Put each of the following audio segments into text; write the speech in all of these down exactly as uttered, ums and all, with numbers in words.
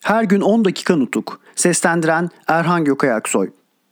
Her gün on dakika nutuk. Seslendiren Erhan Gökayaksoy.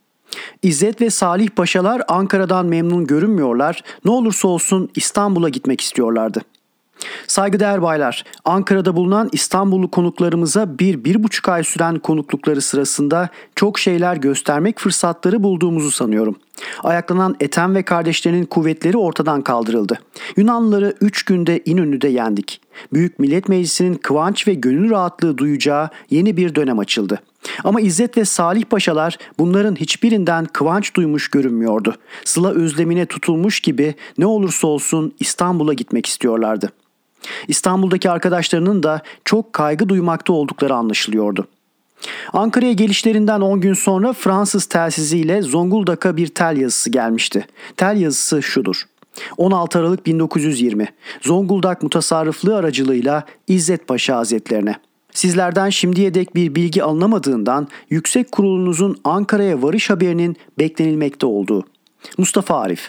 İzzet ve Salih Paşalar Ankara'dan memnun görünmüyorlar. Ne olursa olsun İstanbul'a gitmek istiyorlardı. Saygıdeğer baylar, Ankara'da bulunan İstanbullu konuklarımıza bir, bir buçuk ay süren konuklukları sırasında çok şeyler göstermek fırsatları bulduğumuzu sanıyorum. Ayaklanan Ethem ve kardeşlerinin kuvvetleri ortadan kaldırıldı. Yunanlıları üç günde İnönü'de yendik. Büyük Millet Meclisi'nin kıvanç ve gönül rahatlığı duyacağı yeni bir dönem açıldı. Ama İzzet ve Salih Paşalar bunların hiçbirinden kıvanç duymuş görünmüyordu. Sıla özlemine tutulmuş gibi ne olursa olsun İstanbul'a gitmek istiyorlardı. İstanbul'daki arkadaşlarının da çok kaygı duymakta oldukları anlaşılıyordu. Ankara'ya gelişlerinden on gün sonra Fransız telsiziyle Zonguldak'a bir tel yazısı gelmişti. Tel yazısı şudur: on altı Aralık bin dokuz yüz yirmi Zonguldak Mutasarrıflığı aracılığıyla İzzet Paşa Hazretlerine. Sizlerden şimdiye dek bir bilgi alınamadığından Yüksek Kurulunuzun Ankara'ya varış haberinin beklenilmekte olduğu. Mustafa Arif.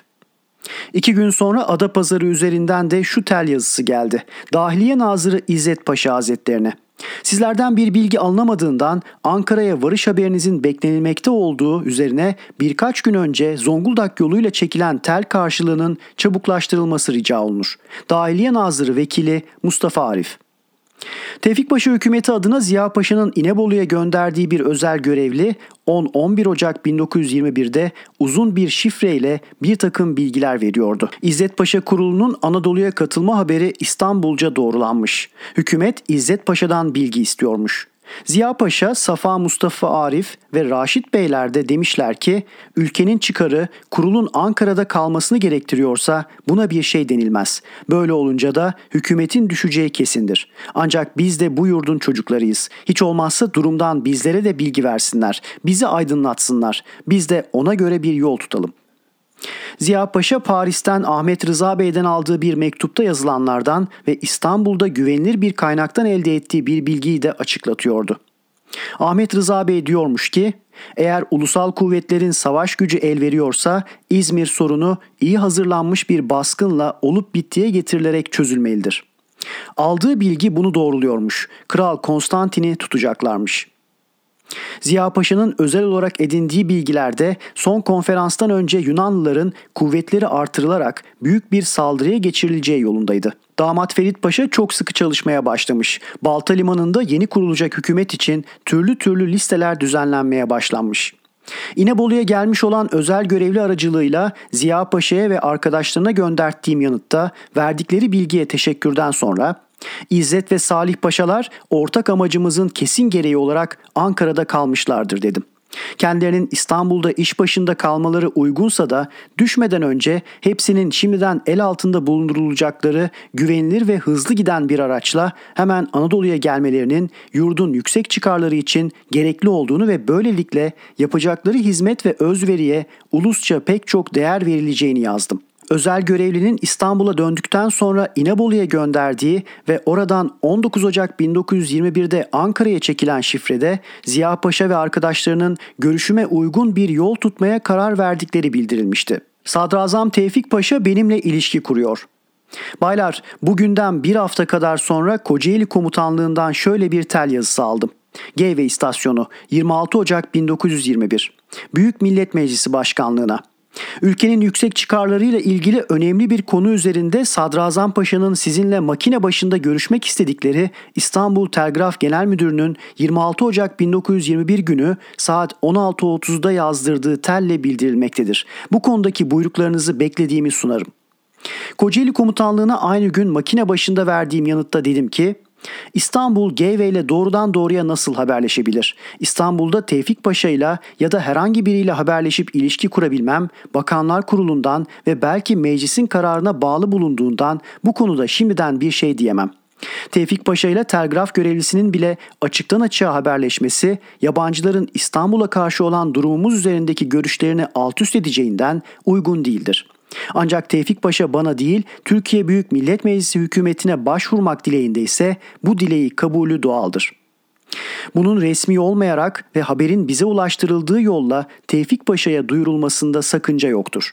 İki gün sonra Adapazarı üzerinden de şu tel yazısı geldi. Dahiliye Nazırı İzzet Paşa Hazretlerine. Sizlerden bir bilgi alınamadığından Ankara'ya varış haberinizin beklenilmekte olduğu üzerine birkaç gün önce Zonguldak yoluyla çekilen tel karşılığının çabuklaştırılması rica olunur. Dahiliye Nazırı Vekili Mustafa Arif. Tevfik Paşa hükümeti adına Ziya Paşa'nın İnebolu'ya gönderdiği bir özel görevli on on bir Ocak bin dokuz yüz yirmi birde uzun bir şifreyle bir takım bilgiler veriyordu. İzzet Paşa Kurulu'nun Anadolu'ya katılma haberi İstanbulca doğrulanmış. Hükümet İzzet Paşa'dan bilgi istiyormuş. Ziya Paşa, Safa Mustafa Arif ve Raşit Beyler de demişler ki ülkenin çıkarı kurulun Ankara'da kalmasını gerektiriyorsa buna bir şey denilmez. Böyle olunca da hükümetin düşeceği kesindir. Ancak biz de bu yurdun çocuklarıyız. Hiç olmazsa durumdan bizlere de bilgi versinler. Bizi aydınlatsınlar. Biz de ona göre bir yol tutalım. Ziya Paşa Paris'ten Ahmet Rıza Bey'den aldığı bir mektupta yazılanlardan ve İstanbul'da güvenilir bir kaynaktan elde ettiği bir bilgiyi de açıklatıyordu. Ahmet Rıza Bey diyormuş ki, eğer ulusal kuvvetlerin savaş gücü el veriyorsa İzmir sorunu iyi hazırlanmış bir baskınla olup bittiye getirilerek çözülmelidir. Aldığı bilgi bunu doğruluyormuş. Kral Konstantin'i tutacaklarmış. Ziya Paşa'nın özel olarak edindiği bilgilerde son konferanstan önce Yunanlıların kuvvetleri artırılarak büyük bir saldırıya geçirileceği yolundaydı. Damat Ferit Paşa çok sıkı çalışmaya başlamış. Balta Limanı'nda yeni kurulacak hükümet için türlü türlü listeler düzenlenmeye başlanmış. İnebolu'ya gelmiş olan özel görevli aracılığıyla Ziya Paşa'ya ve arkadaşlarına gönderttiğim yanıtta verdikleri bilgiye teşekkürden sonra İzzet ve Salih Paşalar ortak amacımızın kesin gereği olarak Ankara'da kalmışlardır dedim. Kendilerinin İstanbul'da iş başında kalmaları uygunsa da düşmeden önce hepsinin şimdiden el altında bulundurulacakları güvenilir ve hızlı giden bir araçla hemen Anadolu'ya gelmelerinin yurdun yüksek çıkarları için gerekli olduğunu ve böylelikle yapacakları hizmet ve özveriye ulusça pek çok değer verileceğini yazdım. Özel görevlinin İstanbul'a döndükten sonra İnebolu'ya gönderdiği ve oradan on dokuz Ocak bin dokuz yüz yirmi birde Ankara'ya çekilen şifrede Ziya Paşa ve arkadaşlarının görüşüme uygun bir yol tutmaya karar verdikleri bildirilmişti. Sadrazam Tevfik Paşa benimle ilişki kuruyor. Baylar, bugünden bir hafta kadar sonra Kocaeli Komutanlığından şöyle bir tel yazısı aldım. Geyve İstasyonu, yirmi altı Ocak bin dokuz yüz yirmi bir. Büyük Millet Meclisi Başkanlığına. Ülkenin yüksek çıkarlarıyla ilgili önemli bir konu üzerinde Sadrazam Paşa'nın sizinle makine başında görüşmek istedikleri İstanbul Telgraf Genel Müdürü'nün yirmi altı Ocak bin dokuz yüz yirmi bir günü saat on altı otuzda yazdırdığı telle bildirilmektedir. Bu konudaki buyruklarınızı beklediğimi sunarım. Kocaeli Komutanlığı'na aynı gün makine başında verdiğim yanıtta dedim ki, İstanbul Geyve ile doğrudan doğruya nasıl haberleşebilir? İstanbul'da Tevfik Paşa ile ya da herhangi biriyle haberleşip ilişki kurabilmem, Bakanlar Kurulu'ndan ve belki meclisin kararına bağlı bulunduğundan bu konuda şimdiden bir şey diyemem. Tevfik Paşa ile telgraf görevlisinin bile açıktan açığa haberleşmesi, yabancıların İstanbul'a karşı olan durumumuz üzerindeki görüşlerini alt üst edeceğinden uygun değildir. Ancak Tevfik Paşa bana değil, Türkiye Büyük Millet Meclisi hükümetine başvurmak dileğinde ise bu dileği kabulü doğaldır. Bunun resmi olmayarak ve haberin bize ulaştırıldığı yolla Tevfik Paşa'ya duyurulmasında sakınca yoktur.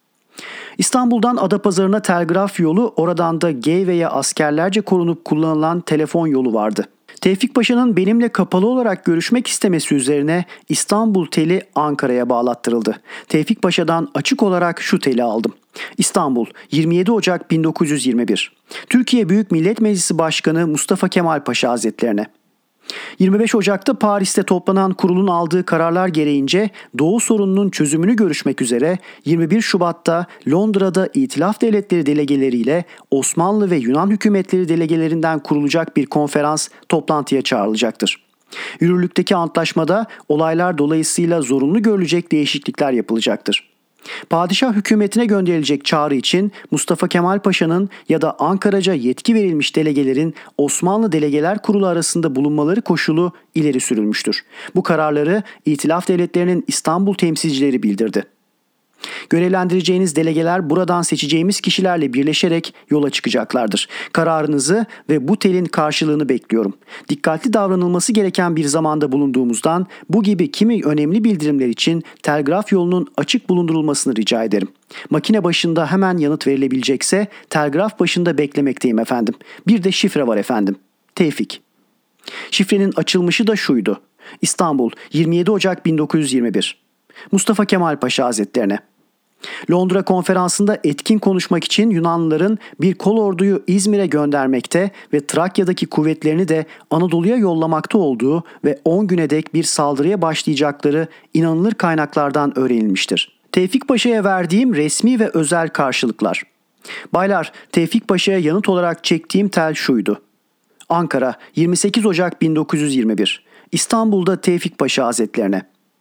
İstanbul'dan Adapazarı'na telgraf yolu, oradan da Geyve'ye askerlerce korunup kullanılan telefon yolu vardı. Tevfik Paşa'nın benimle kapalı olarak görüşmek istemesi üzerine İstanbul teli Ankara'ya bağlattırıldı. Tevfik Paşa'dan açık olarak şu teli aldım. İstanbul, yirmi yedi Ocak bin dokuz yüz yirmi bir. Türkiye Büyük Millet Meclisi Başkanı Mustafa Kemal Paşa Hazretlerine. yirmi beş Ocak'ta Paris'te toplanan kurulun aldığı kararlar gereğince Doğu sorununun çözümünü görüşmek üzere yirmi bir Şubat'ta Londra'da İtilaf Devletleri delegeleriyle Osmanlı ve Yunan hükümetleri delegelerinden kurulacak bir konferans toplantıya çağrılacaktır. Yürürlükteki antlaşmada olaylar dolayısıyla zorunlu görülecek değişiklikler yapılacaktır. Padişah hükümetine gönderilecek çağrı için Mustafa Kemal Paşa'nın ya da Ankaraca yetki verilmiş delegelerin Osmanlı Delegeler Kurulu arasında bulunmaları koşulu ileri sürülmüştür. Bu kararları İtilaf Devletleri'nin İstanbul temsilcileri bildirdi. Görevlendireceğiniz delegeler buradan seçeceğimiz kişilerle birleşerek yola çıkacaklardır. Kararınızı ve bu telin karşılığını bekliyorum. Dikkatli davranılması gereken bir zamanda bulunduğumuzdan bu gibi kimi önemli bildirimler için telgraf yolunun açık bulundurulmasını rica ederim. Makine başında hemen yanıt verilebilecekse telgraf başında beklemekteyim efendim. Bir de şifre var efendim. Tevfik. Şifrenin açılmışı da şuydu. İstanbul, yirmi yedi Ocak bin dokuz yüz yirmi bir. Mustafa Kemal Paşa Hazretlerine. Londra konferansında etkin konuşmak için Yunanlıların bir kolorduyu İzmir'e göndermekte ve Trakya'daki kuvvetlerini de Anadolu'ya yollamakta olduğu ve on güne dek bir saldırıya başlayacakları inanılır kaynaklardan öğrenilmiştir. Tevfik Paşa'ya verdiğim resmi ve özel karşılıklar. Baylar, Tevfik Paşa'ya yanıt olarak çektiğim tel şuydu. Ankara, yirmi sekiz Ocak bin dokuz yüz yirmi bir. İstanbul'da Tevfik Paşa Hazretlerine.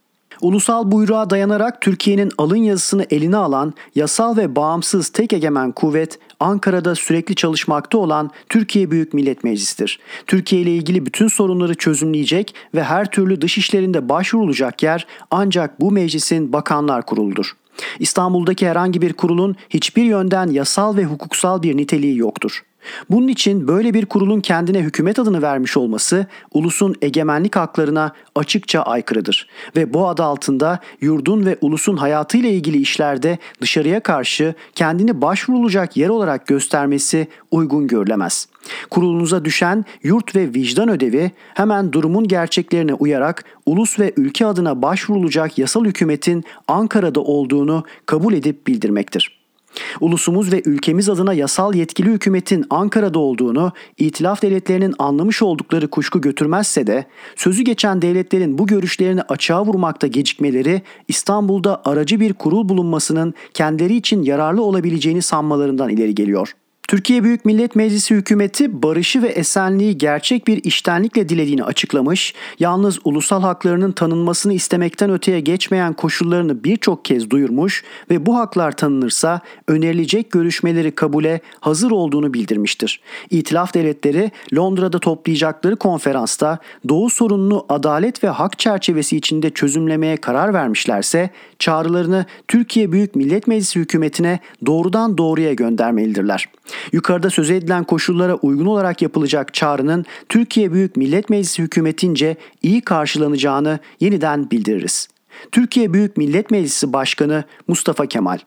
Ulusal buyruğa dayanarak Türkiye'nin alın yazısını eline alan yasal ve bağımsız tek egemen kuvvet Ankara'da sürekli çalışmakta olan Türkiye Büyük Millet Meclisi'dir. Türkiye ile ilgili bütün sorunları çözümleyecek ve her türlü dış işlerinde başvurulacak yer ancak bu meclisin Bakanlar Kurulu'dur. İstanbul'daki herhangi bir kurulun hiçbir yönden yasal ve hukuksal bir niteliği yoktur. Bunun için böyle bir kurulun kendine hükümet adını vermiş olması ulusun egemenlik haklarına açıkça aykırıdır ve bu adı altında yurdun ve ulusun hayatıyla ilgili işlerde dışarıya karşı kendini başvurulacak yer olarak göstermesi uygun görülemez. Kurulunuza düşen yurt ve vicdan ödevi hemen durumun gerçeklerine uyarak ulus ve ülke adına başvurulacak yasal hükümetin Ankara'da olduğunu kabul edip bildirmektir. Ulusumuz ve ülkemiz adına yasal yetkili hükümetin Ankara'da olduğunu İtilaf devletlerinin anlamış oldukları kuşku götürmezse de sözü geçen devletlerin bu görüşlerini açığa vurmakta gecikmeleri İstanbul'da aracı bir kurul bulunmasının kendileri için yararlı olabileceğini sanmalarından ileri geliyor. Türkiye Büyük Millet Meclisi hükümeti barışı ve esenliği gerçek bir içtenlikle dilediğini açıklamış, yalnız ulusal haklarının tanınmasını istemekten öteye geçmeyen koşullarını birçok kez duyurmuş ve bu haklar tanınırsa önerilecek görüşmeleri kabule hazır olduğunu bildirmiştir. İtilaf devletleri Londra'da toplayacakları konferansta Doğu sorununu adalet ve hak çerçevesi içinde çözümlemeye karar vermişlerse çağrılarını Türkiye Büyük Millet Meclisi hükümetine doğrudan doğruya göndermelidirler. Yukarıda söz edilen koşullara uygun olarak yapılacak çağrının Türkiye Büyük Millet Meclisi hükümetince iyi karşılanacağını yeniden bildiririz. Türkiye Büyük Millet Meclisi Başkanı Mustafa Kemal.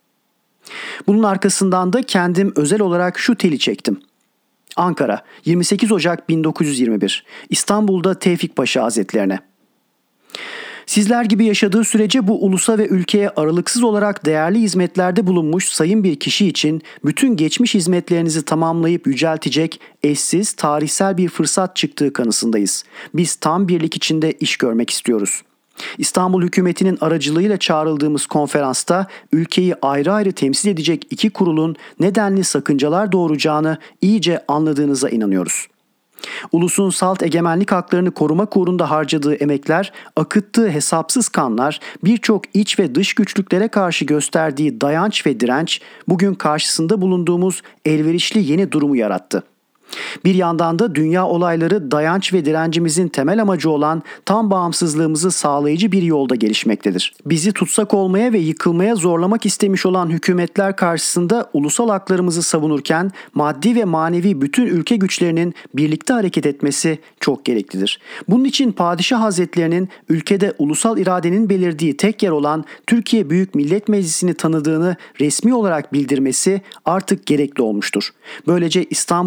Bunun arkasından da kendim özel olarak şu teli çektim. Ankara, yirmi sekiz Ocak bin dokuz yüz yirmi bir. İstanbul'da Tevfik Paşa Hazretlerine. Sizler gibi yaşadığı sürece bu ulusa ve ülkeye aralıksız olarak değerli hizmetlerde bulunmuş sayın bir kişi için bütün geçmiş hizmetlerinizi tamamlayıp yüceltecek eşsiz tarihsel bir fırsat çıktığı kanısındayız. Biz tam birlik içinde iş görmek istiyoruz. İstanbul hükümetinin aracılığıyla çağrıldığımız konferansta ülkeyi ayrı ayrı temsil edecek iki kurulun nedenli sakıncalar doğuracağını iyice anladığınıza inanıyoruz. Ulusun salt egemenlik haklarını korumak uğrunda harcadığı emekler, akıttığı hesapsız kanlar, birçok iç ve dış güçlüklere karşı gösterdiği dayanç ve direnç bugün karşısında bulunduğumuz elverişli yeni durumu yarattı. Bir yandan da dünya olayları dayanç ve direncimizin temel amacı olan tam bağımsızlığımızı sağlayıcı bir yolda gelişmektedir. Bizi tutsak olmaya ve yıkılmaya zorlamak istemiş olan hükümetler karşısında ulusal haklarımızı savunurken maddi ve manevi bütün ülke güçlerinin birlikte hareket etmesi çok gereklidir. Bunun için Padişah Hazretlerinin ülkede ulusal iradenin belirdiği tek yer olan Türkiye Büyük Millet Meclisi'ni tanıdığını resmi olarak bildirmesi artık gerekli olmuştur. Böylece İstanbul'un ülke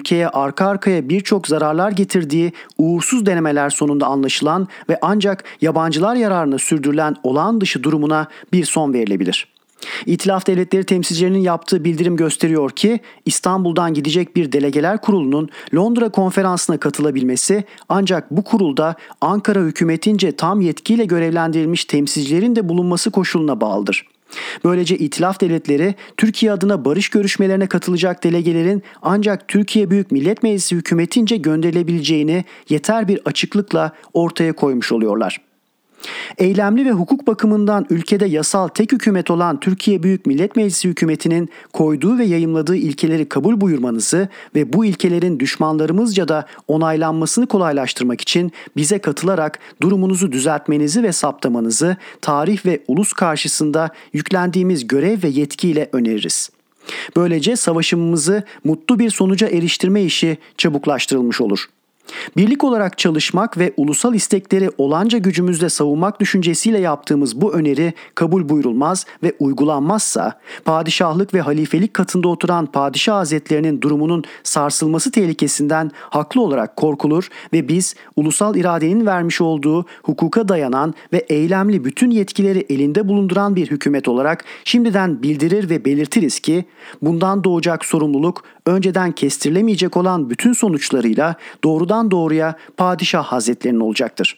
ülkeye arka arkaya birçok zararlar getirdiği uğursuz denemeler sonunda anlaşılan ve ancak yabancılar yararına sürdürülen olağan dışı durumuna bir son verilebilir. İtilaf Devletleri temsilcilerinin yaptığı bildirim gösteriyor ki İstanbul'dan gidecek bir delegeler kurulunun Londra konferansına katılabilmesi ancak bu kurulda Ankara hükümetince tam yetkiyle görevlendirilmiş temsilcilerin de bulunması koşuluna bağlıdır. Böylece İtilaf Devletleri Türkiye adına barış görüşmelerine katılacak delegelerin ancak Türkiye Büyük Millet Meclisi hükümetince gönderilebileceğini yeter bir açıklıkla ortaya koymuş oluyorlar. Eylemli ve hukuk bakımından ülkede yasal tek hükümet olan Türkiye Büyük Millet Meclisi hükümetinin koyduğu ve yayımladığı ilkeleri kabul buyurmanızı ve bu ilkelerin düşmanlarımızca da onaylanmasını kolaylaştırmak için bize katılarak durumunuzu düzeltmenizi ve saptamanızı tarih ve ulus karşısında yüklendiğimiz görev ve yetkiyle öneririz. Böylece savaşımızı mutlu bir sonuca eriştirme işi çabuklaştırılmış olur. Birlik olarak çalışmak ve ulusal istekleri olanca gücümüzle savunmak düşüncesiyle yaptığımız bu öneri kabul buyurulmaz ve uygulanmazsa, padişahlık ve halifelik katında oturan padişah hazretlerinin durumunun sarsılması tehlikesinden haklı olarak korkulur ve biz ulusal iradenin vermiş olduğu hukuka dayanan ve eylemli bütün yetkileri elinde bulunduran bir hükümet olarak şimdiden bildirir ve belirtiriz ki bundan doğacak sorumluluk önceden kestirilemeyecek olan bütün sonuçlarıyla doğrudan doğruya padişah hazretlerinin olacaktır.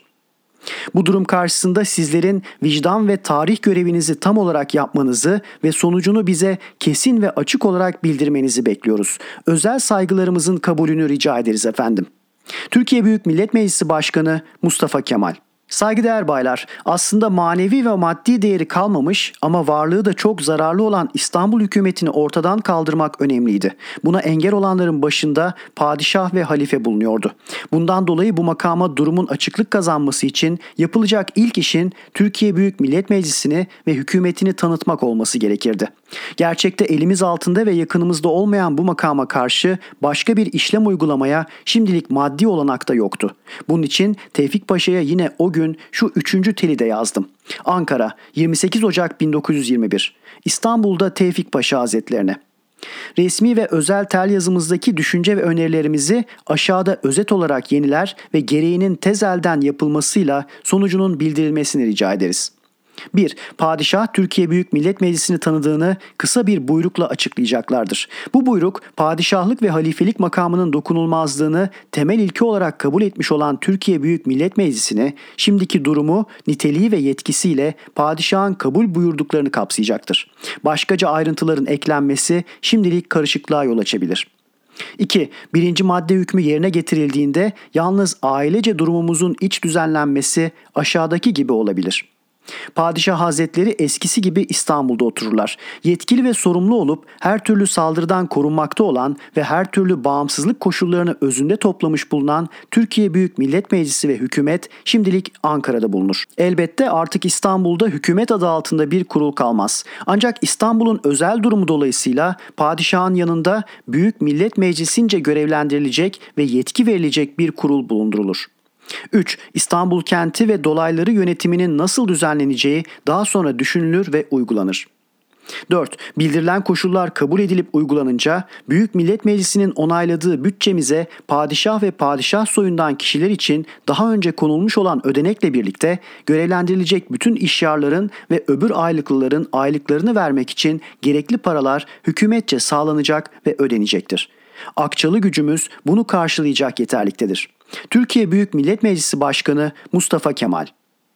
Bu durum karşısında sizlerin vicdan ve tarih görevinizi tam olarak yapmanızı ve sonucunu bize kesin ve açık olarak bildirmenizi bekliyoruz. Özel saygılarımızın kabulünü rica ederiz efendim. Türkiye Büyük Millet Meclisi Başkanı Mustafa Kemal. Saygıdeğer baylar, aslında manevi ve maddi değeri kalmamış ama varlığı da çok zararlı olan İstanbul hükümetini ortadan kaldırmak önemliydi. Buna engel olanların başında padişah ve halife bulunuyordu. Bundan dolayı bu makama durumun açıklık kazanması için yapılacak ilk işin Türkiye Büyük Millet Meclisi'ni ve hükümetini tanıtmak olması gerekirdi. Gerçekte elimiz altında ve yakınımızda olmayan bu makama karşı başka bir işlem uygulamaya şimdilik maddi olanak da yoktu. Bunun için Tevfik Paşa'ya yine o gün şu üçüncü teli de yazdım. Ankara, yirmi sekiz Ocak bin dokuz yüz yirmi bir. İstanbul'da Tevfik Paşa Hazretlerine. Resmi ve özel tel yazımızdaki düşünce ve önerilerimizi aşağıda özet olarak yeniler ve gereğinin tez elden yapılmasıyla sonucunun bildirilmesini rica ederiz. bir. Padişah Türkiye Büyük Millet Meclisi'ni tanıdığını kısa bir buyrukla açıklayacaklardır. Bu buyruk padişahlık ve halifelik makamının dokunulmazlığını temel ilke olarak kabul etmiş olan Türkiye Büyük Millet Meclisi'ni şimdiki durumu, niteliği ve yetkisiyle padişahın kabul buyurduklarını kapsayacaktır. Başkaca ayrıntıların eklenmesi şimdilik karışıklığa yol açabilir. iki. Birinci madde hükmü yerine getirildiğinde yalnız ailece durumumuzun iç düzenlenmesi aşağıdaki gibi olabilir. Padişah Hazretleri eskisi gibi İstanbul'da otururlar. Yetkili ve sorumlu olup her türlü saldırıdan korunmakta olan ve her türlü bağımsızlık koşullarını özünde toplamış bulunan Türkiye Büyük Millet Meclisi ve hükümet şimdilik Ankara'da bulunur. Elbette artık İstanbul'da hükümet adı altında bir kurul kalmaz. Ancak İstanbul'un özel durumu dolayısıyla padişahın yanında Büyük Millet Meclisi'nce görevlendirilecek ve yetki verilecek bir kurul bulundurulur. üç. İstanbul kenti ve dolayları yönetiminin nasıl düzenleneceği daha sonra düşünülür ve uygulanır. dört. Bildirilen koşullar kabul edilip uygulanınca Büyük Millet Meclisi'nin onayladığı bütçemize padişah ve padişah soyundan kişiler için daha önce konulmuş olan ödenekle birlikte görevlendirilecek bütün işyarların ve öbür aylıklıların aylıklarını vermek için gerekli paralar hükümetçe sağlanacak ve ödenecektir. Akçalı gücümüz bunu karşılayacak yeterliktedir. Türkiye Büyük Millet Meclisi Başkanı Mustafa Kemal.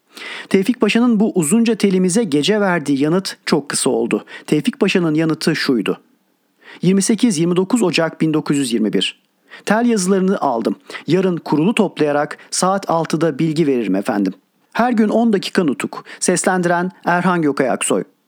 Tevfik Paşa'nın bu uzunca telimize gece verdiği yanıt çok kısa oldu. Tevfik Paşa'nın yanıtı şuydu. yirmi sekiz yirmi dokuz Ocak bin dokuz yüz yirmi bir. Tel yazılarını aldım. Yarın kurulu toplayarak saat altıda bilgi veririm efendim. Her gün on dakika nutuk. Seslendiren Erhan Gökay Aksoy.